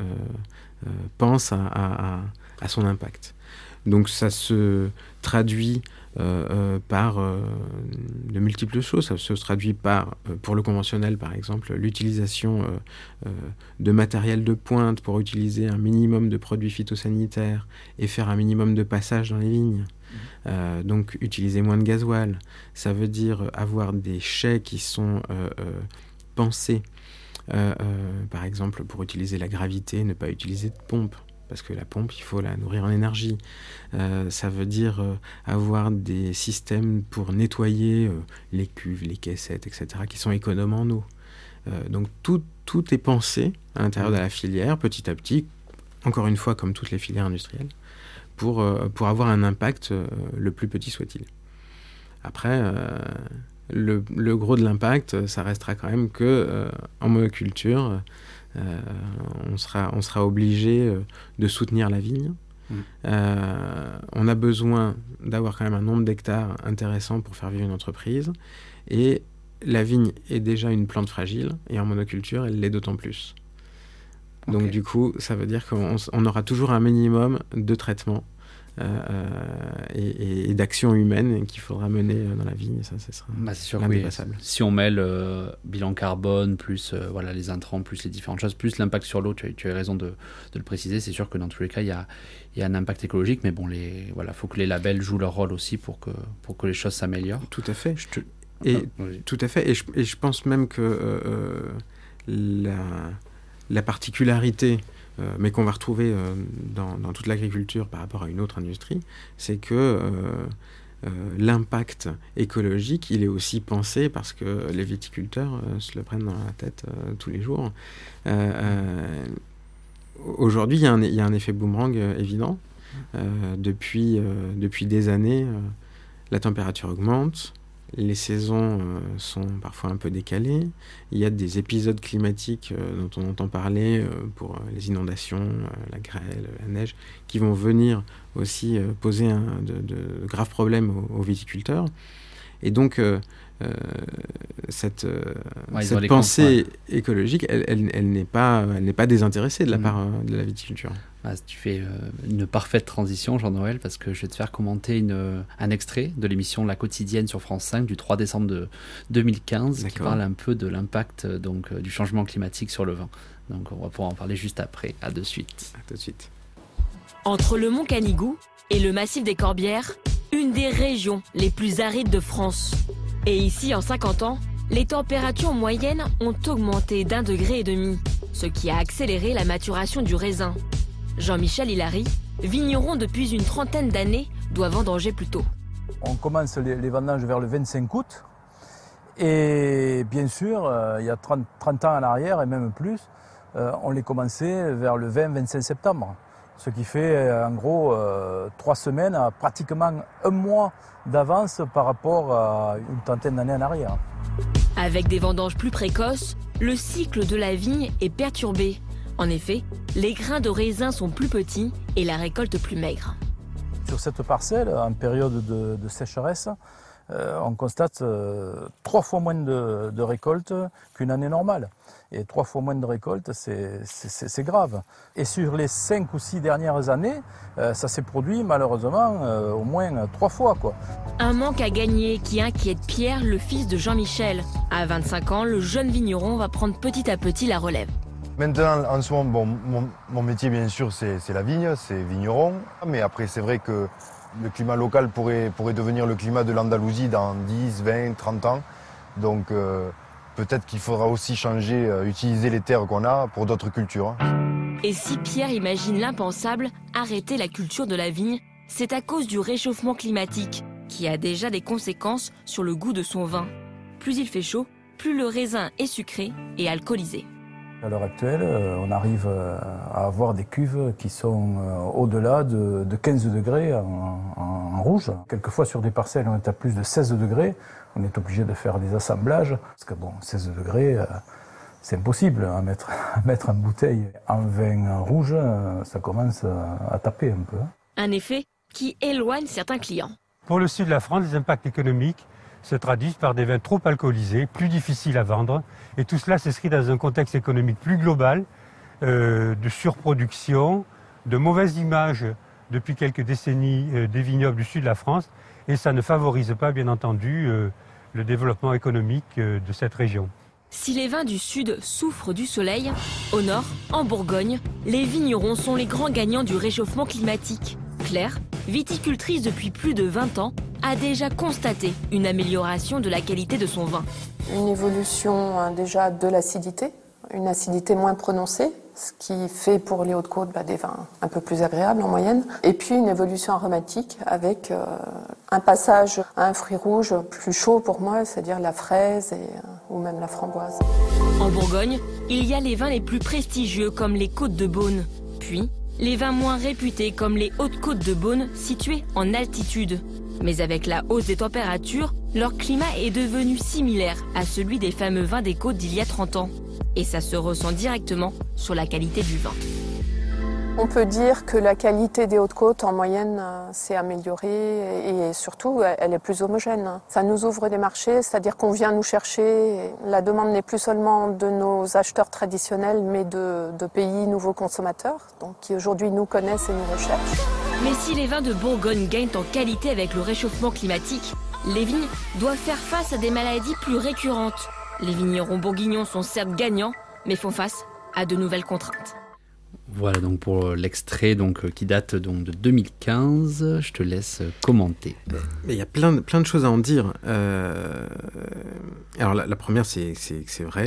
pense à son impact. Donc ça se traduit par de multiples choses. Ça se traduit par, pour le conventionnel par exemple, l'utilisation de matériel de pointe pour utiliser un minimum de produits phytosanitaires et faire un minimum de passages dans les vignes. Donc utiliser moins de gasoil. Ça veut dire avoir des chais qui sont pensés, par exemple pour utiliser la gravité, ne pas utiliser de pompe. Parce que la pompe, il faut la nourrir en énergie. Ça veut dire avoir des systèmes pour nettoyer les cuves, les caissettes, etc., qui sont économes en eau. Donc tout est pensé à l'intérieur de la filière, petit à petit, encore une fois, comme toutes les filières industrielles, pour avoir un impact le plus petit soit-il. Après, le gros de l'impact, ça restera quand même que en monoculture, on sera obligé de soutenir la vigne. On a besoin d'avoir quand même un nombre d'hectares intéressant pour faire vivre une entreprise. Et la vigne est déjà une plante fragile, et en monoculture, elle l'est d'autant plus. Okay. Donc du coup, ça veut dire qu'on aura toujours un minimum de traitement et d'action humaine qu'il faudra mener dans la vigne. Ça sera c'est sûr, indépassable. Oui. Si on met le bilan carbone, plus les intrants, plus les différentes choses, plus l'impact sur l'eau, tu as raison de le préciser, c'est sûr que dans tous les cas, il y a un impact écologique, mais bon, faut que les labels jouent leur rôle aussi pour que les choses s'améliorent. Tout à fait. Tout à fait. Et je pense même que la particularité, mais qu'on va retrouver dans toute l'agriculture par rapport à une autre industrie, c'est que l'impact écologique, il est aussi pensé parce que les viticulteurs se le prennent dans la tête tous les jours. Aujourd'hui, il y a un effet boomerang évident. Depuis des années, la température augmente. Les saisons sont parfois un peu décalées. Il y a des épisodes climatiques dont on entend parler pour les inondations, la grêle, la neige, qui vont venir aussi poser de graves problèmes aux viticulteurs. Et donc, cette pensée écologique, elle n'est pas désintéressée de la part de la viticulture. Tu fais une parfaite transition, Jean-Noël, parce que je vais te faire commenter un extrait de l'émission La Quotidienne sur France 5 du 3 décembre 2015. D'accord. Qui parle un peu de l'impact du changement climatique sur le vin. Donc on va pouvoir en parler juste après. À de suite. À tout de suite. Entre le Mont Canigou et le massif des Corbières, une des régions les plus arides de France. Et ici, en 50 ans, les températures moyennes ont augmenté d'1,5 degré, ce qui a accéléré la maturation du raisin. Jean-Michel Hilary, vigneron depuis une 30aine d'années, doit vendanger plus tôt. On commence les vendanges vers le 25 août. Et bien sûr, il y a 30 ans en arrière et même plus, on les commençait vers le 20-25 septembre. Ce qui fait en gros 3 semaines à pratiquement un mois d'avance par rapport à une trentaine d'années en arrière. Avec des vendanges plus précoces, le cycle de la vigne est perturbé. En effet, les grains de raisin sont plus petits et la récolte plus maigre. Sur cette parcelle, en période de sécheresse, on constate 3 fois moins de récoltes qu'une année normale. Et 3 fois moins de récoltes, c'est grave. Et sur les 5 ou 6 dernières années, ça s'est produit malheureusement au moins 3 fois, quoi. Un manque à gagner qui inquiète Pierre, le fils de Jean-Michel. À 25 ans, le jeune vigneron va prendre petit à petit la relève. Maintenant, en ce moment, mon métier, bien sûr, c'est la vigne, c'est vigneron. Mais après, c'est vrai que le climat local pourrait devenir le climat de l'Andalousie dans 10, 20, 30 ans. Donc, peut-être qu'il faudra aussi changer, utiliser les terres qu'on a pour d'autres cultures. Et si Pierre imagine l'impensable, arrêter la culture de la vigne, c'est à cause du réchauffement climatique, qui a déjà des conséquences sur le goût de son vin. Plus il fait chaud, plus le raisin est sucré et alcoolisé. À l'heure actuelle, on arrive à avoir des cuves qui sont au-delà de 15 degrés en rouge. Quelquefois sur des parcelles, on est à plus de 16 degrés. On est obligé de faire des assemblages. Parce que 16 degrés, c'est impossible à mettre en bouteille. En vin rouge, ça commence à taper un peu. Un effet qui éloigne certains clients. Pour le sud de la France, les impacts économiques se traduisent par des vins trop alcoolisés, plus difficiles à vendre. Et tout cela s'inscrit dans un contexte économique plus global, de surproduction, de mauvaise image depuis quelques décennies des vignobles du sud de la France. Et ça ne favorise pas, bien entendu, le développement économique de cette région. Si les vins du sud souffrent du soleil, au nord, en Bourgogne, les vignerons sont les grands gagnants du réchauffement climatique. Claire, viticultrice depuis plus de 20 ans, a déjà constaté une amélioration de la qualité de son vin. Une évolution déjà de l'acidité, une acidité moins prononcée, ce qui fait pour les Hautes-Côtes des vins un peu plus agréables en moyenne. Et puis une évolution aromatique avec un passage à un fruit rouge plus chaud pour moi, c'est-à-dire la fraise ou même la framboise. En Bourgogne, il y a les vins les plus prestigieux comme les Côtes de Beaune, puis les vins moins réputés comme les Hautes-Côtes de Beaune situées en altitude. Mais avec la hausse des températures, leur climat est devenu similaire à celui des fameux vins des côtes d'il y a 30 ans. Et ça se ressent directement sur la qualité du vin. On peut dire que la qualité des Hautes-Côtes en moyenne s'est améliorée et surtout elle est plus homogène. Ça nous ouvre des marchés, c'est-à-dire qu'on vient nous chercher. La demande n'est plus seulement de nos acheteurs traditionnels mais de pays nouveaux consommateurs, donc qui aujourd'hui nous connaissent et nous recherchent. Mais si les vins de Bourgogne gagnent en qualité avec le réchauffement climatique, les vignes doivent faire face à des maladies plus récurrentes. Les vignerons bourguignons sont certes gagnants, mais font face à de nouvelles contraintes. Voilà donc pour l'extrait qui date donc de 2015. Je te laisse commenter. Mais il y a plein de choses à en dire. Alors la première, c'est que c'est vrai,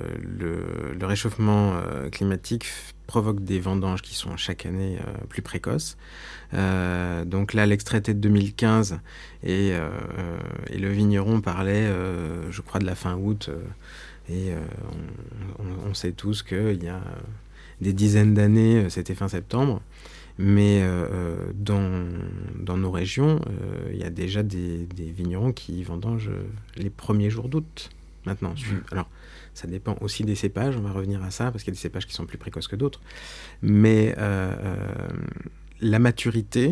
le réchauffement climatique provoque des vendanges qui sont chaque année plus précoces. Donc là, l'extrait était de 2015 et le vigneron parlait, je crois, de la fin août. On sait tous qu'il y a des dizaines d'années, c'était fin septembre. Mais dans nos régions, il y a déjà des vignerons qui vendangent les premiers jours d'août maintenant. Alors, ça dépend aussi des cépages, on va revenir à ça, parce qu'il y a des cépages qui sont plus précoces que d'autres. Mais la maturité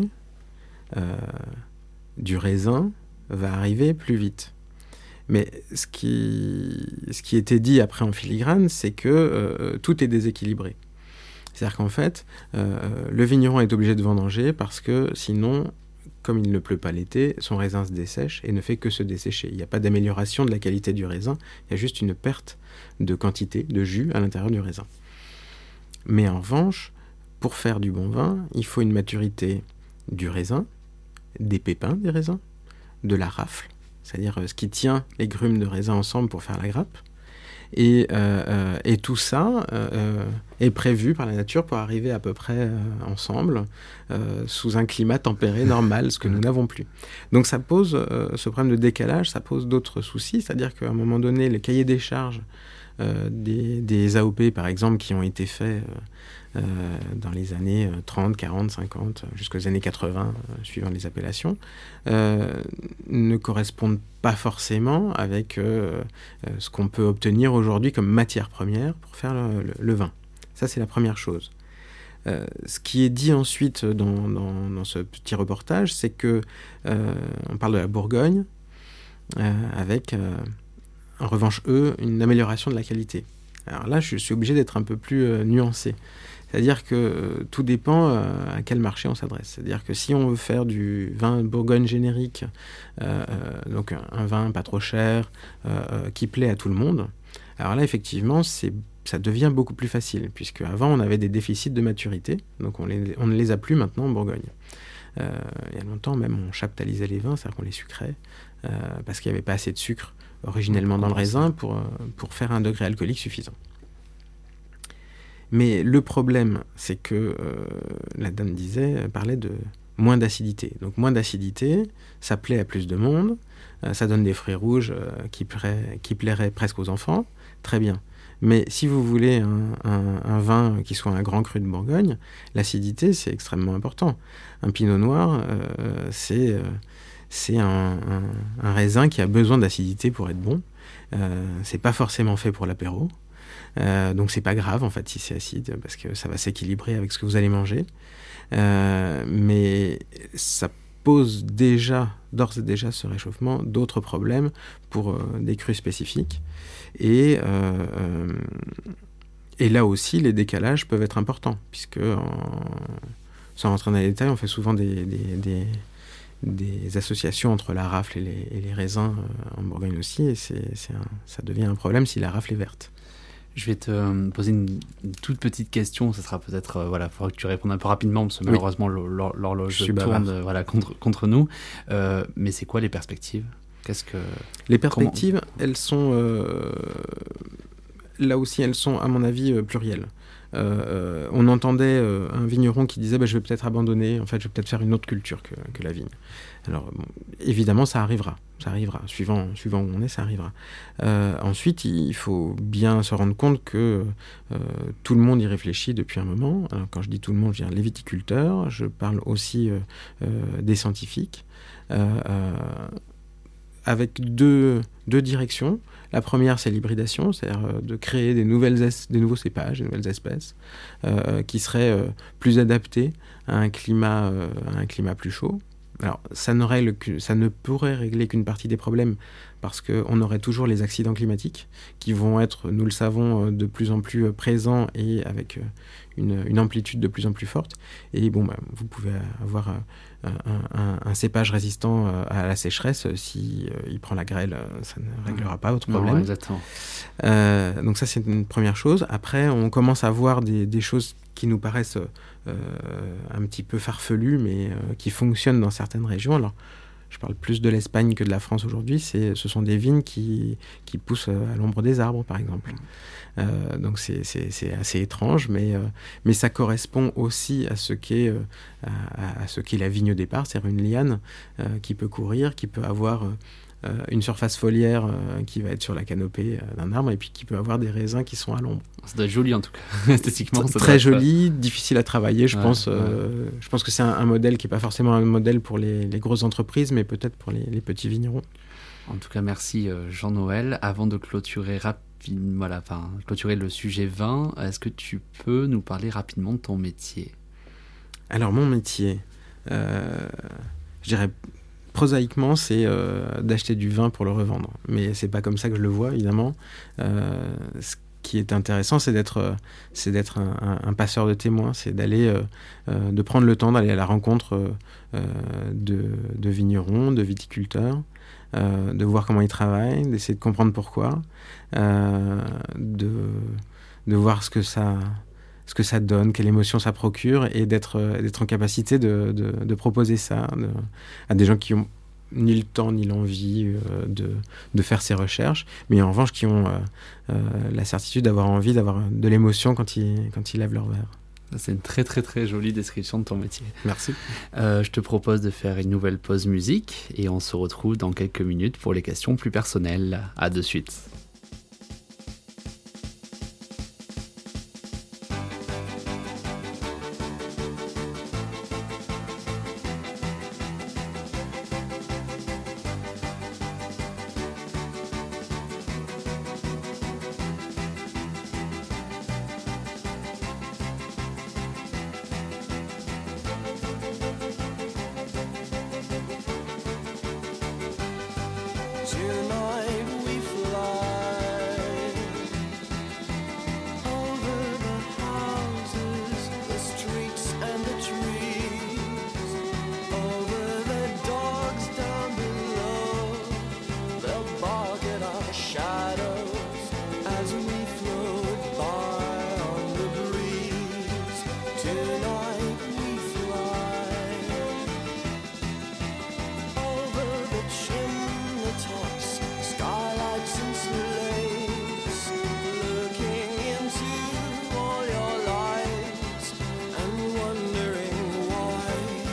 du raisin va arriver plus vite. Mais ce qui était dit après en filigrane, c'est que tout est déséquilibré. C'est-à-dire qu'en fait, le vigneron est obligé de vendanger parce que sinon, comme il ne pleut pas l'été, son raisin se dessèche et ne fait que se dessécher. Il n'y a pas d'amélioration de la qualité du raisin, il y a juste une perte de quantité de jus à l'intérieur du raisin. Mais en revanche, pour faire du bon vin, il faut une maturité du raisin, des pépins des raisins, de la rafle, c'est-à-dire ce qui tient les grumes de raisin ensemble pour faire la grappe, Et tout ça est prévu par la nature pour arriver à peu près ensemble, sous un climat tempéré normal, ce que nous n'avons plus. Donc ça pose, ce problème de décalage, ça pose d'autres soucis, c'est-à-dire qu'à un moment donné, les cahiers des charges des AOP, par exemple, qui ont été faits dans les années 30, 40, 50, jusqu'aux années 80, suivant les appellations, ne correspondent pas forcément avec ce qu'on peut obtenir aujourd'hui comme matière première pour faire le vin. Ça, c'est la première chose. Ce qui est dit ensuite dans ce petit reportage, c'est que on parle de la Bourgogne, avec, en revanche, une amélioration de la qualité. Alors là, je suis obligé d'être un peu plus nuancé. C'est-à-dire que tout dépend à quel marché on s'adresse. C'est-à-dire que si on veut faire du vin Bourgogne générique, donc un vin pas trop cher, qui plaît à tout le monde, alors là, effectivement, ça devient beaucoup plus facile, puisque avant on avait des déficits de maturité, donc on ne les a plus maintenant en Bourgogne. Il y a longtemps, même, on chaptalisait les vins, c'est-à-dire qu'on les sucrait, parce qu'il n'y avait pas assez de sucre originellement dans le raisin pour faire un degré alcoolique suffisant. Mais le problème, c'est que la dame parlait de moins d'acidité. Donc moins d'acidité, ça plaît à plus de monde, ça donne des fruits rouges qui plairaient presque aux enfants, très bien. Mais si vous voulez un vin qui soit un grand cru de Bourgogne, l'acidité, c'est extrêmement important. Un pinot noir, c'est un raisin qui a besoin d'acidité pour être bon. C'est pas forcément fait pour l'apéro. Donc c'est pas grave en fait si c'est acide, parce que ça va s'équilibrer avec ce que vous allez manger. Mais ça pose d'ores et déjà ce réchauffement d'autres problèmes pour des crus spécifiques. Et là aussi, les décalages peuvent être importants, puisque, sans rentrer dans les détails, on fait souvent des associations entre la rafle et les raisins en Bourgogne aussi, et ça devient un problème si la rafle est verte. Je vais te poser une toute petite question, ça sera peut-être, il faudra que tu répondes un peu rapidement, parce que malheureusement l'horloge tourne contre nous. Mais c'est quoi les perspectives ? Les perspectives, elles sont, là aussi, elles sont, à mon avis, plurielles. On entendait un vigneron qui disait je vais peut-être abandonner, en fait je vais peut-être faire une autre culture que la vigne. Alors bon, évidemment ça arrivera, suivant où on est, ça arrivera. Ensuite il faut bien se rendre compte que tout le monde y réfléchit depuis un moment. Alors, quand je dis tout le monde, je veux dire les viticulteurs, je parle aussi des scientifiques, avec deux directions. La première, c'est l'hybridation, c'est-à-dire de créer des nouveaux cépages, des nouvelles espèces, qui seraient plus adaptés à un climat plus chaud. Alors, ça ne pourrait régler qu'une partie des problèmes, parce qu'on aurait toujours les accidents climatiques, qui vont être, nous le savons, de plus en plus présents et avec une amplitude de plus en plus forte. Et bon, vous pouvez avoir un cépage résistant à la sécheresse, si il prend la grêle, ça ne réglera pas votre problème. Non, exactement. Donc ça, c'est une première chose. Après, on commence à voir des choses qui nous paraissent un petit peu farfelues, mais qui fonctionnent dans certaines régions. Alors, je parle plus de l'Espagne que de la France aujourd'hui. Ce sont des vignes qui poussent à l'ombre des arbres, par exemple. Donc c'est assez étrange, mais ça correspond aussi à ce qu'est la vigne au départ, c'est-à-dire une liane qui peut courir, qui peut avoir une surface foliaire qui va être sur la canopée d'un arbre, et puis qui peut avoir des raisins qui sont à l'ombre. Ça doit être joli en tout cas, esthétiquement. Très joli, difficile à travailler, je pense. Je pense que c'est un modèle qui n'est pas forcément un modèle pour les grosses entreprises, mais peut-être pour les petits vignerons. En tout cas, merci Jean-Noël. Avant de clôturer clôturer le sujet vin, est-ce que tu peux nous parler rapidement de ton métier ? Alors, mon métier, je dirais prosaïquement, c'est d'acheter du vin pour le revendre. Mais c'est pas comme ça que je le vois, évidemment. Ce qui est intéressant, c'est d'être un passeur de témoins, c'est de prendre le temps d'aller à la rencontre de vignerons, de viticulteurs, de voir comment ils travaillent, d'essayer de comprendre pourquoi, de voir ce que ça donne, quelle émotion ça procure, et d'être en capacité de proposer ça à des gens qui ont ni le temps ni l'envie de faire ces recherches, mais en revanche qui ont la certitude d'avoir envie d'avoir de l'émotion quand ils lèvent leur verre. C'est une très très très jolie description de ton métier. Merci. Je te propose de faire une nouvelle pause musique et on se retrouve dans quelques minutes pour les questions plus personnelles. À de suite. Tonight we fly over the houses, the streets and the trees, over the dogs down below. They'll bark at our shadows as we float by on the breeze. Tonight we fly over the chimney tops, skylights and slates, looking into all your lives and wondering why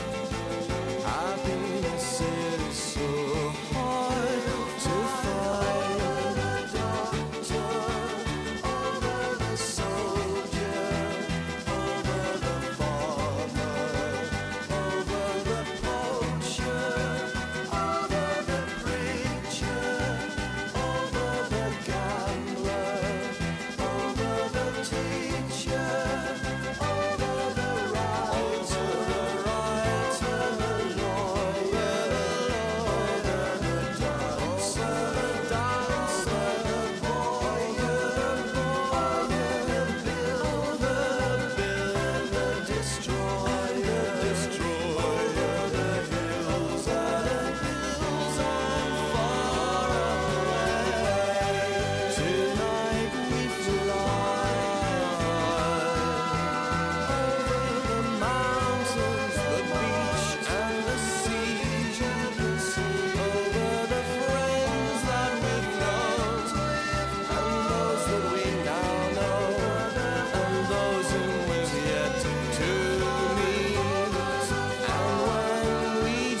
happiness is so hard to find. Over the doctor, over the soldier, over the farmer, over the poacher, over the preacher, over the gambler, over the teacher, over the writer, the lawyer, the dancer, the voyeur, the builder, the destroyer, the hills and far away. Tonight we fly over the mountains, the beach and the sea, over the friends that we've known and those that we now know and those whom we've yet to meet. And when we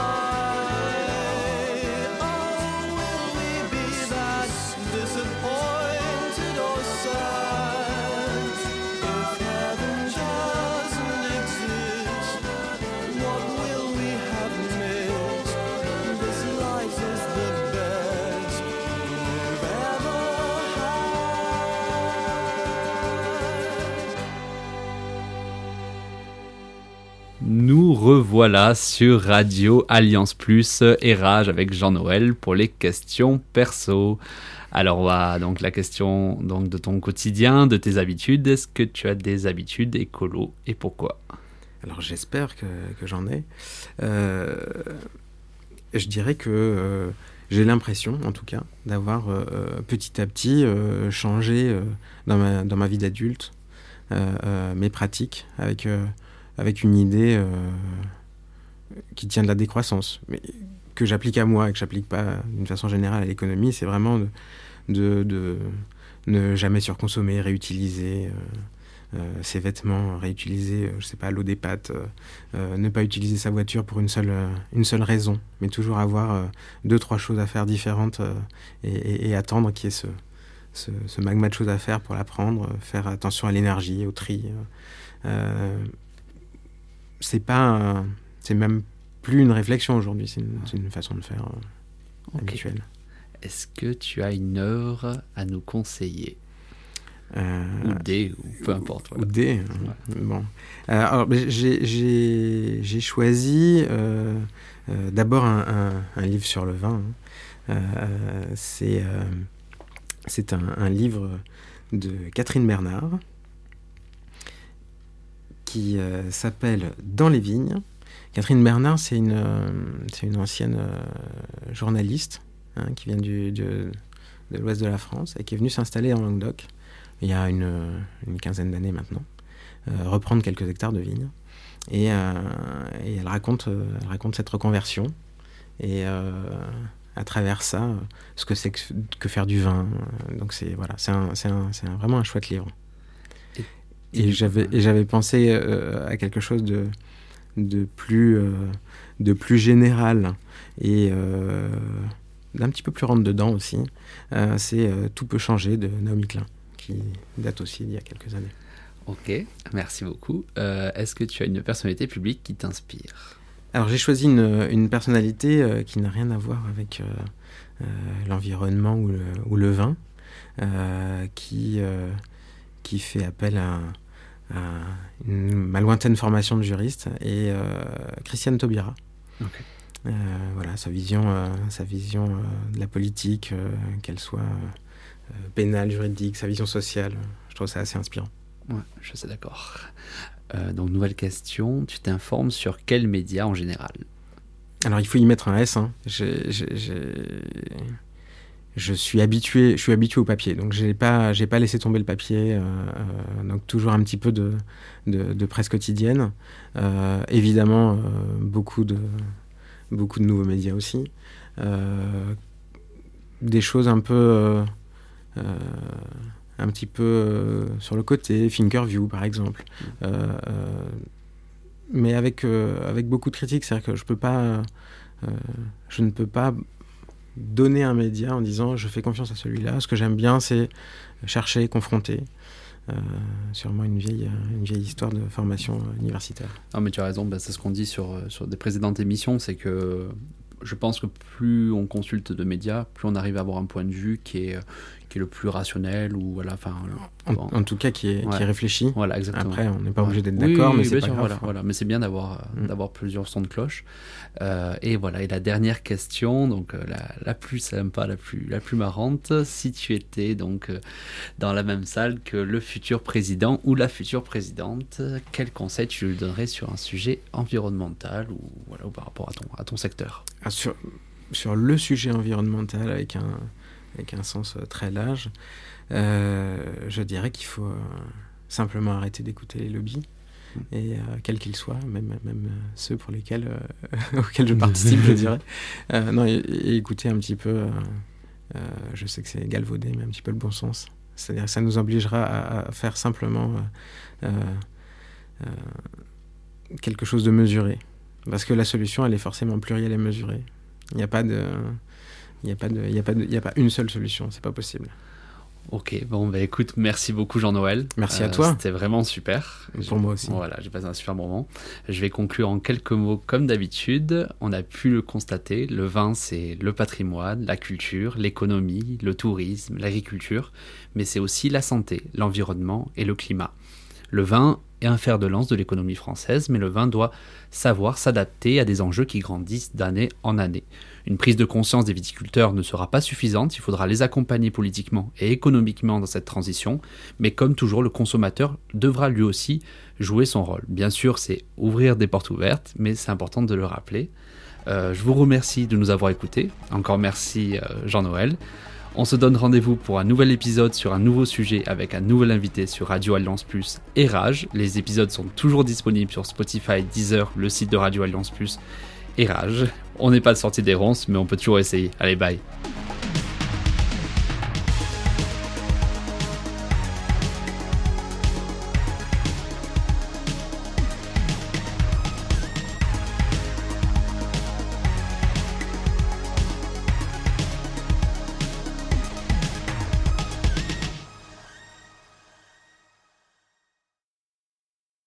die, oh, will we be that disappointed or sad? If heaven doesn't exist, what will we have missed? This life is the best we've ever had. Nous revoilà sur Radio Alliance Plus et Rage avec Jean-Noël pour les questions perso. Alors on va donc la question donc de ton quotidien, de tes habitudes. Est-ce que tu as des habitudes écolo et pourquoi ? Alors j'espère que j'en ai. Je dirais que j'ai l'impression, en tout cas, d'avoir petit à petit changé dans ma vie d'adulte mes pratiques avec une idée qui tient de la décroissance, mais que j'applique à moi et que j'applique pas d'une façon générale à l'économie. C'est vraiment de ne jamais surconsommer, réutiliser ses vêtements, réutiliser, je sais pas, l'eau des pâtes, ne pas utiliser sa voiture pour une seule raison, mais toujours avoir 2-3 choses à faire différentes et attendre qu'il y ait ce magma de choses à faire pour la prendre, faire attention à l'énergie, au tri. C'est même plus une réflexion aujourd'hui, c'est une façon de faire habituelle. Est-ce que tu as une œuvre à nous conseiller ? Ou des, ou peu importe. Voilà. Ou des, bon. Alors, j'ai choisi d'abord un livre sur le vin. C'est un livre de Catherine Bernard qui s'appelle « Dans les vignes ». Catherine Bernard, c'est une ancienne journaliste qui vient de l'ouest de la France et qui est venue s'installer en Languedoc il y a une quinzaine d'années maintenant, reprendre quelques hectares de vignes. Et elle raconte cette reconversion et à travers ça, ce que c'est que faire du vin. Donc c'est vraiment un chouette livre. Et j'avais pensé à quelque chose de plus général et d'un petit peu plus rentre dedans aussi. C'est Tout peut changer de Naomi Klein, qui date aussi d'il y a quelques années. Ok, merci beaucoup. Est-ce que tu as une personnalité publique qui t'inspire ? Alors j'ai choisi une personnalité qui n'a rien à voir avec l'environnement ou le vin, qui fait appel à ma lointaine formation de juriste, et Christiane Taubira. Ok. Voilà, sa vision de la politique, qu'elle soit pénale, juridique, sa vision sociale, je trouve ça assez inspirant. Ouais, je suis d'accord. Donc, nouvelle question, tu t'informes sur quels médias en général ? Alors, il faut y mettre un S. Hein. Je suis habitué au papier, donc j'ai pas laissé tomber le papier, donc toujours un petit peu de presse quotidienne. Évidemment, beaucoup de nouveaux médias aussi. Des choses un petit peu sur le côté, Thinkerview par exemple. Mais avec beaucoup de critiques, c'est-à-dire que je ne peux pas donner un média en disant je fais confiance à celui-là. Ce que j'aime bien, c'est chercher, confronter. Sûrement une vieille histoire de formation universitaire. Ah, mais tu as raison, c'est ce qu'on dit sur des précédentes émissions, c'est que je pense que plus on consulte de médias, plus on arrive à avoir un point de vue qui est le plus rationnel, ou voilà, en tout cas qui est réfléchi. Voilà, exactement. Après, on n'est pas obligé d'être d'accord, mais c'est pas grave. Voilà, mais c'est bien d'avoir plusieurs sons de cloche. Et voilà, et la dernière question, donc la plus sympa, la plus marrante, si tu étais donc dans la même salle que le futur président ou la future présidente, quel conseil tu lui donnerais sur un sujet environnemental ou par rapport à ton secteur ? Sur le sujet environnemental avec un sens très large, je dirais qu'il faut simplement arrêter d'écouter les lobbies, et quels qu'ils soient, même ceux auxquels je participe, je dirais. Non, et écouter un petit peu, je sais que c'est galvaudé, mais un petit peu le bon sens. C'est-à-dire que ça nous obligera à faire simplement quelque chose de mesuré. Parce que la solution, elle est forcément plurielle et mesurée. Il n'y a pas une seule solution, c'est pas possible. Ok, bon, écoute, merci beaucoup Jean-Noël. Merci à toi. C'était vraiment super. Pour moi aussi. Voilà, j'ai passé un super moment. Je vais conclure en quelques mots comme d'habitude. On a pu le constater, le vin, c'est le patrimoine, la culture, l'économie, le tourisme, l'agriculture, mais c'est aussi la santé, l'environnement et le climat. Le vin est un fer de lance de l'économie française, mais le vin doit savoir s'adapter à des enjeux qui grandissent d'année en année. Une prise de conscience des viticulteurs ne sera pas suffisante, il faudra les accompagner politiquement et économiquement dans cette transition, mais comme toujours, le consommateur devra lui aussi jouer son rôle. Bien sûr, c'est ouvrir des portes ouvertes, mais c'est important de le rappeler. Je vous remercie de nous avoir écoutés. Encore merci Jean-Noël. On se donne rendez-vous pour un nouvel épisode sur un nouveau sujet avec un nouvel invité sur Radio Alliance Plus et Rage. Les épisodes sont toujours disponibles sur Spotify, Deezer, le site de Radio Alliance Plus et Rage. On n'est pas sorti des ronces, mais on peut toujours essayer. Allez, bye.